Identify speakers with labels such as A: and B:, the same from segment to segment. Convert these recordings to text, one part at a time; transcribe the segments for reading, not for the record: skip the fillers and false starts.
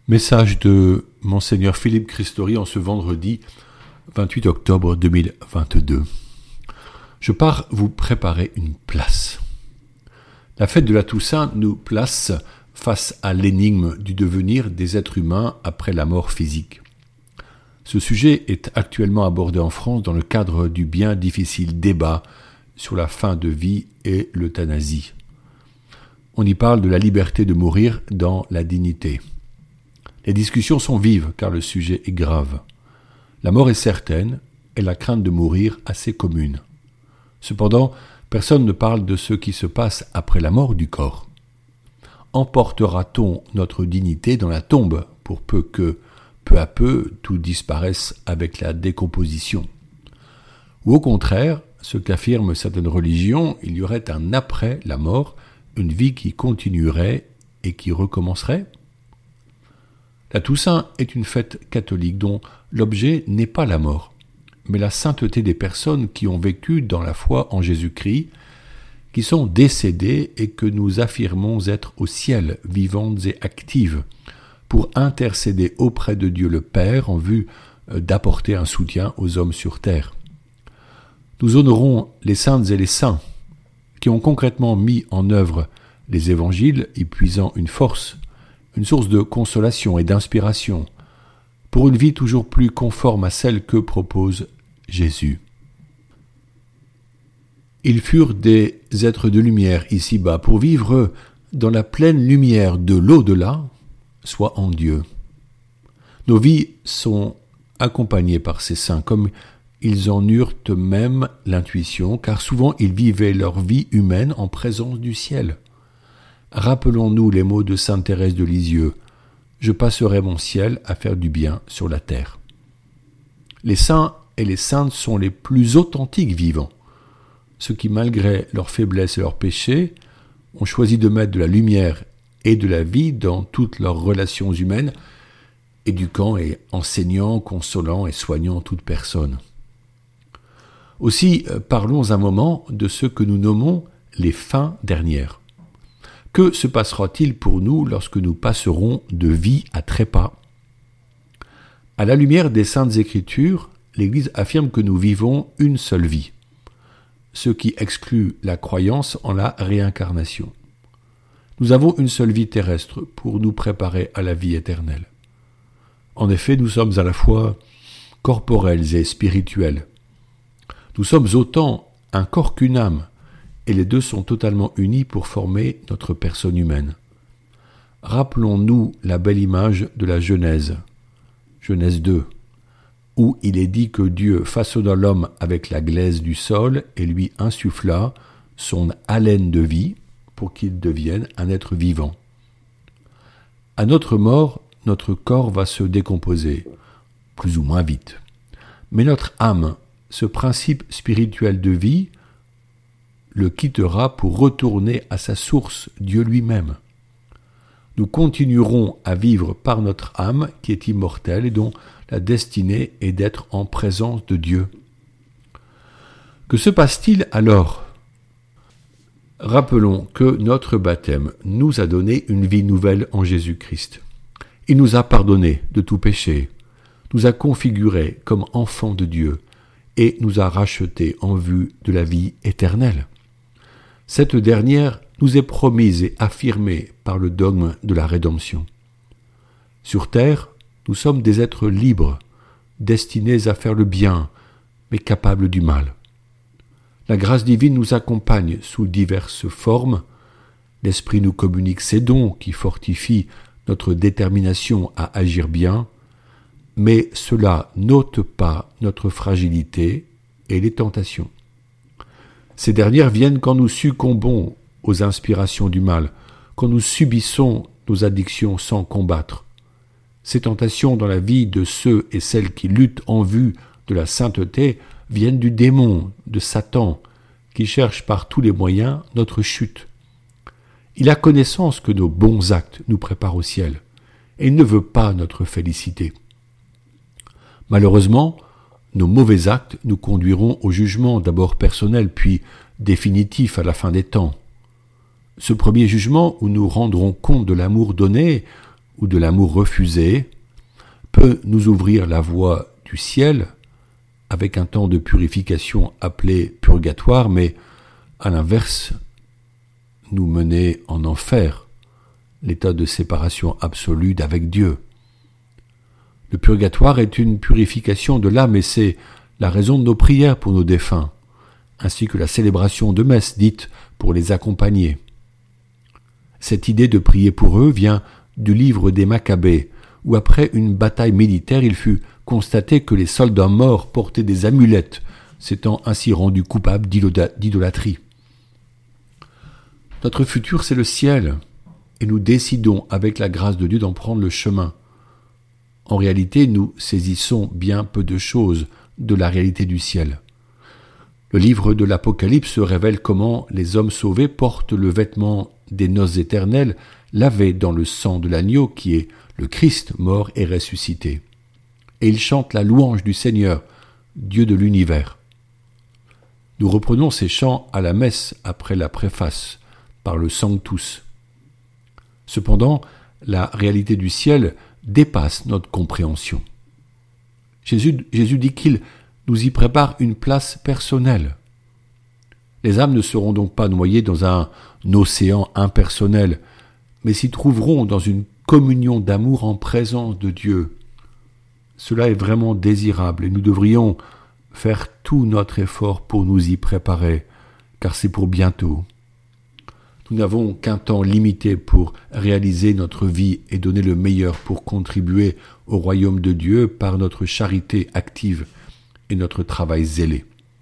A: Message de Monseigneur Philippe Christori en ce vendredi 28 octobre 2022. Je pars vous préparer une place. La fête de la Toussaint nous place face à l'énigme du devenir des êtres humains après la mort physique. Ce sujet est actuellement abordé en France dans le cadre du bien difficile débat sur la fin de vie et l'euthanasie. On y parle de la liberté de mourir dans la dignité. Les discussions sont vives car le sujet est grave. La mort est certaine et la crainte de mourir assez commune. Cependant, personne ne parle de ce qui se passe après la mort du corps. Emportera-t-on notre dignité dans la tombe pour peu que, peu à peu, tout disparaisse avec la décomposition? Ou au contraire, ce qu'affirment certaines religions, il y aurait un après la mort, une vie qui continuerait et qui recommencerait? La Toussaint est une fête catholique dont l'objet n'est pas la mort, mais la sainteté des personnes qui ont vécu dans la foi en Jésus-Christ, qui sont décédées et que nous affirmons être au ciel, vivantes et actives, pour intercéder auprès de Dieu le Père en vue d'apporter un soutien aux hommes sur terre. Nous honorons les saintes et les saints qui ont concrètement mis en œuvre les évangiles, y puisant une force, une source de consolation et d'inspiration pour une vie toujours plus conforme à celle que propose Jésus. Ils furent des êtres de lumière ici-bas pour vivre dans la pleine lumière de l'au-delà, soit en Dieu. Nos vies sont accompagnées par ces saints, comme ils en eurent eux-mêmes l'intuition, car souvent ils vivaient leur vie humaine en présence du ciel. Rappelons-nous les mots de sainte Thérèse de Lisieux: « Je passerai mon ciel à faire du bien sur la terre ». Les saints et les saintes sont les plus authentiques vivants, ceux qui, malgré leurs faiblesses et leurs péchés, ont choisi de mettre de la lumière et de la vie dans toutes leurs relations humaines, éduquant et enseignant, consolant et soignant toute personne. Aussi, parlons un moment de ce que nous nommons les fins dernières. Que se passera-t-il pour nous lorsque nous passerons de vie à trépas? À la lumière des Saintes Écritures, l'Église affirme que nous vivons une seule vie, ce qui exclut la croyance en la réincarnation. Nous avons une seule vie terrestre pour nous préparer à la vie éternelle. En effet, nous sommes à la fois corporels et spirituels. Nous sommes autant un corps qu'une âme, et les deux sont totalement unis pour former notre personne humaine. Rappelons-nous la belle image de la Genèse, Genèse 2, où il est dit que Dieu façonna l'homme avec la glaise du sol et lui insuffla son haleine de vie pour qu'il devienne un être vivant. À notre mort, notre corps va se décomposer, plus ou moins vite. Mais notre âme, ce principe spirituel de vie, le quittera pour retourner à sa source, Dieu lui-même. Nous continuerons à vivre par notre âme qui est immortelle et dont la destinée est d'être en présence de Dieu. Que se passe-t-il alors? Rappelons que notre baptême nous a donné une vie nouvelle en Jésus-Christ. Il nous a pardonné de tout péché, nous a configurés comme enfants de Dieu et nous a rachetés en vue de la vie éternelle. Cette dernière nous est promise et affirmée par le dogme de la rédemption. Sur terre, nous sommes des êtres libres, destinés à faire le bien, mais capables du mal. La grâce divine nous accompagne sous diverses formes. L'Esprit nous communique ses dons qui fortifient notre détermination à agir bien, mais cela n'ôte pas notre fragilité et les tentations. Ces dernières viennent quand nous succombons aux inspirations du mal, quand nous subissons nos addictions sans combattre. Ces tentations dans la vie de ceux et celles qui luttent en vue de la sainteté viennent du démon, de Satan, qui cherche par tous les moyens notre chute. Il a connaissance que nos bons actes nous préparent au ciel, et il ne veut pas notre félicité. Malheureusement, nos mauvais actes nous conduiront au jugement d'abord personnel puis définitif à la fin des temps. Ce premier jugement où nous rendrons compte de l'amour donné, ou de l'amour refusé peut nous ouvrir la voie du ciel avec un temps de purification appelé purgatoire, mais à l'inverse, nous mener en enfer, l'état de séparation absolue d'avec Dieu. Le purgatoire est une purification de l'âme et c'est la raison de nos prières pour nos défunts, ainsi que la célébration de messes dites pour les accompagner. Cette idée de prier pour eux vient du livre des Maccabées, où après une bataille militaire, il fut constaté que les soldats morts portaient des amulettes, s'étant ainsi rendus coupables d'idolâtrie. Notre futur, c'est le ciel, et nous décidons, avec la grâce de Dieu, d'en prendre le chemin. En réalité, nous saisissons bien peu de choses de la réalité du ciel. Le livre de l'Apocalypse révèle comment les hommes sauvés portent le vêtement des noces éternelles lavé dans le sang de l'agneau qui est le Christ mort et ressuscité. Et ils chantent la louange du Seigneur, Dieu de l'univers. Nous reprenons ces chants à la messe après la préface, par le Sanctus. Cependant, la réalité du ciel dépasse notre compréhension. Jésus dit qu'il nous y prépare une place personnelle. Les âmes ne seront donc pas noyées dans un océan impersonnel, mais s'y trouveront dans une communion d'amour en présence de Dieu. Cela est vraiment désirable et nous devrions faire tout notre effort pour nous y préparer, car c'est pour bientôt. Nous n'avons qu'un temps limité pour réaliser notre vie et donner le meilleur pour contribuer au royaume de Dieu par notre charité active et notre travail zélé.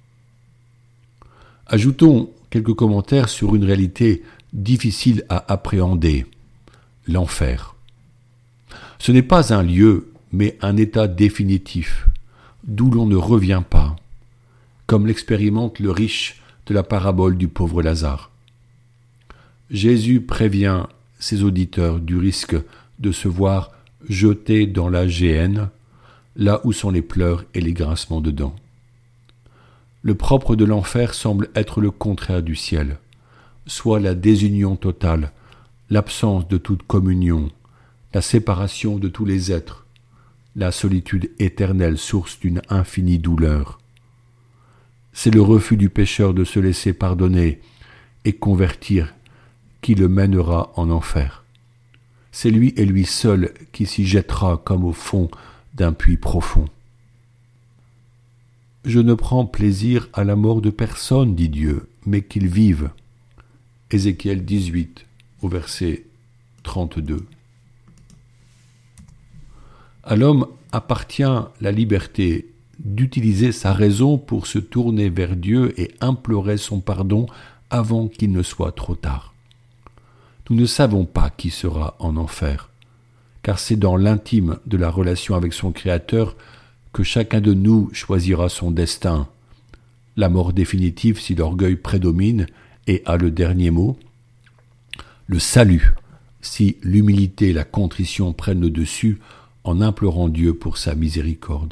A: Ajoutons quelques commentaires sur une réalité difficile à appréhender, l'enfer. Ce n'est pas un lieu, mais un état définitif, d'où l'on ne revient pas, comme l'expérimente le riche de la parabole du pauvre Lazare. Jésus prévient ses auditeurs du risque de se voir jetés dans la géhenne, là où sont les pleurs et les grincements de dents. Le propre de l'enfer semble être le contraire du ciel, soit la désunion totale, l'absence de toute communion, la séparation de tous les êtres, la solitude éternelle, source d'une infinie douleur. C'est le refus du pécheur de se laisser pardonner et convertir qui le mènera en enfer. C'est lui et lui seul qui s'y jettera comme au fond d'un puits profond. Je ne prends plaisir à la mort de personne, dit Dieu, mais qu'il vive. Ézéchiel 18, au verset 32. À l'homme appartient la liberté d'utiliser sa raison pour se tourner vers Dieu et implorer son pardon avant qu'il ne soit trop tard. Nous ne savons pas qui sera en enfer, car c'est dans l'intime de la relation avec son Créateur que chacun de nous choisira son destin, la mort définitive si l'orgueil prédomine et a le dernier mot, le salut si l'humilité et la contrition prennent le dessus en implorant Dieu pour sa miséricorde.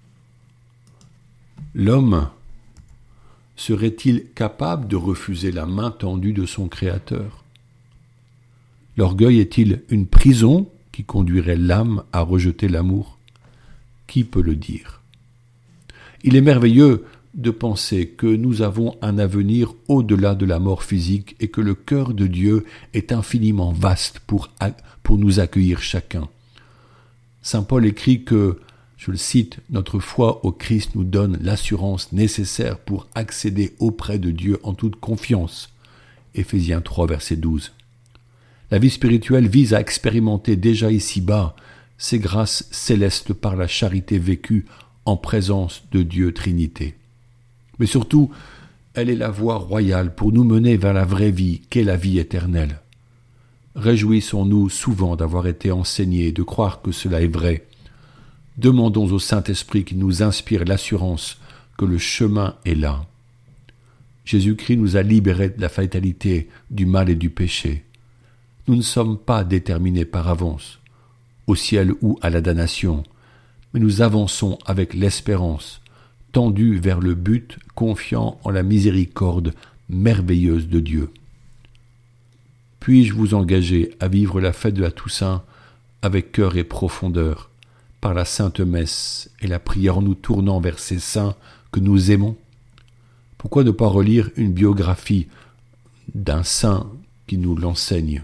A: L'homme serait-il capable de refuser la main tendue de son Créateur ? L'orgueil est-il une prison qui conduirait l'âme à rejeter l'amour ? Qui peut le dire ? Il est merveilleux de penser que nous avons un avenir au-delà de la mort physique et que le cœur de Dieu est infiniment vaste pour nous accueillir chacun. Saint Paul écrit que, je le cite, « Notre foi au Christ nous donne l'assurance nécessaire pour accéder auprès de Dieu en toute confiance. » Éphésiens 3, verset 12. La vie spirituelle vise à expérimenter déjà ici-bas ces grâces célestes par la charité vécue en présence de Dieu Trinité. Mais surtout, elle est la voie royale pour nous mener vers la vraie vie qu'est la vie éternelle. Réjouissons-nous souvent d'avoir été enseignés et de croire que cela est vrai. Demandons au Saint-Esprit qui nous inspire l'assurance que le chemin est là. Jésus-Christ nous a libérés de la fatalité, du mal et du péché. Nous ne sommes pas déterminés par avance, au ciel ou à la damnation, mais nous avançons avec l'espérance, tendus vers le but, confiant en la miséricorde merveilleuse de Dieu. Puis-je vous engager à vivre la fête de la Toussaint avec cœur et profondeur, par la Sainte Messe et la prière en nous tournant vers ces saints que nous aimons? Pourquoi ne pas relire une biographie d'un saint qui nous l'enseigne?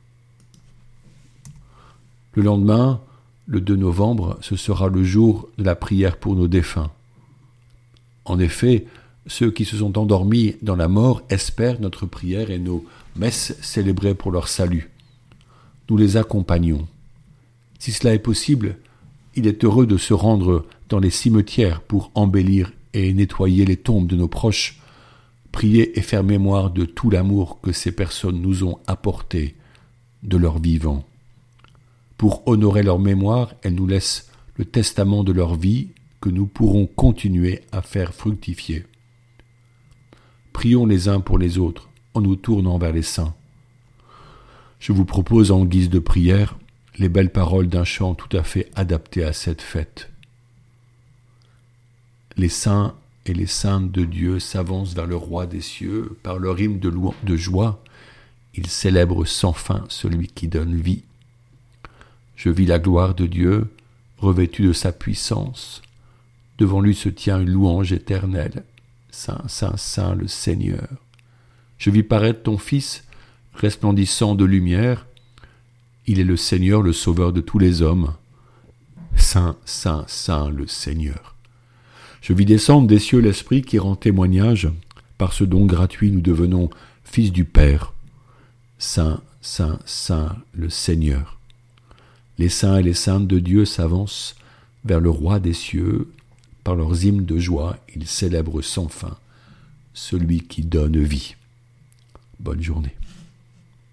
A: Le lendemain, le 2 novembre, ce sera le jour de la prière pour nos défunts. En effet, ceux qui se sont endormis dans la mort espèrent notre prière et nos messes célébrées pour leur salut. Nous les accompagnons. Si cela est possible, il est heureux de se rendre dans les cimetières pour embellir et nettoyer les tombes de nos proches, prier et faire mémoire de tout l'amour que ces personnes nous ont apporté de leur vivant. Pour honorer leur mémoire, elles nous laissent le testament de leur vie que nous pourrons continuer à faire fructifier. Prions les uns pour les autres en nous tournant vers les saints. Je vous propose en guise de prière les belles paroles d'un chant tout à fait adapté à cette fête. Les saints et les saintes de Dieu s'avancent vers le roi des cieux, par leur hymne de joie, ils célèbrent sans fin celui qui donne vie. Je vis la gloire de Dieu, revêtu de sa puissance. Devant lui se tient une louange éternelle. Saint, Saint, Saint le Seigneur. Je vis paraître ton Fils, resplendissant de lumière. Il est le Seigneur, le Sauveur de tous les hommes. Saint, Saint, Saint le Seigneur. Je vis descendre des cieux l'Esprit qui rend témoignage. Par ce don gratuit, nous devenons fils du Père. Saint, Saint, Saint le Seigneur. Les saints et les saintes de Dieu s'avancent vers le roi des cieux. Par leurs hymnes de joie, ils célèbrent sans fin celui qui donne vie. Bonne journée.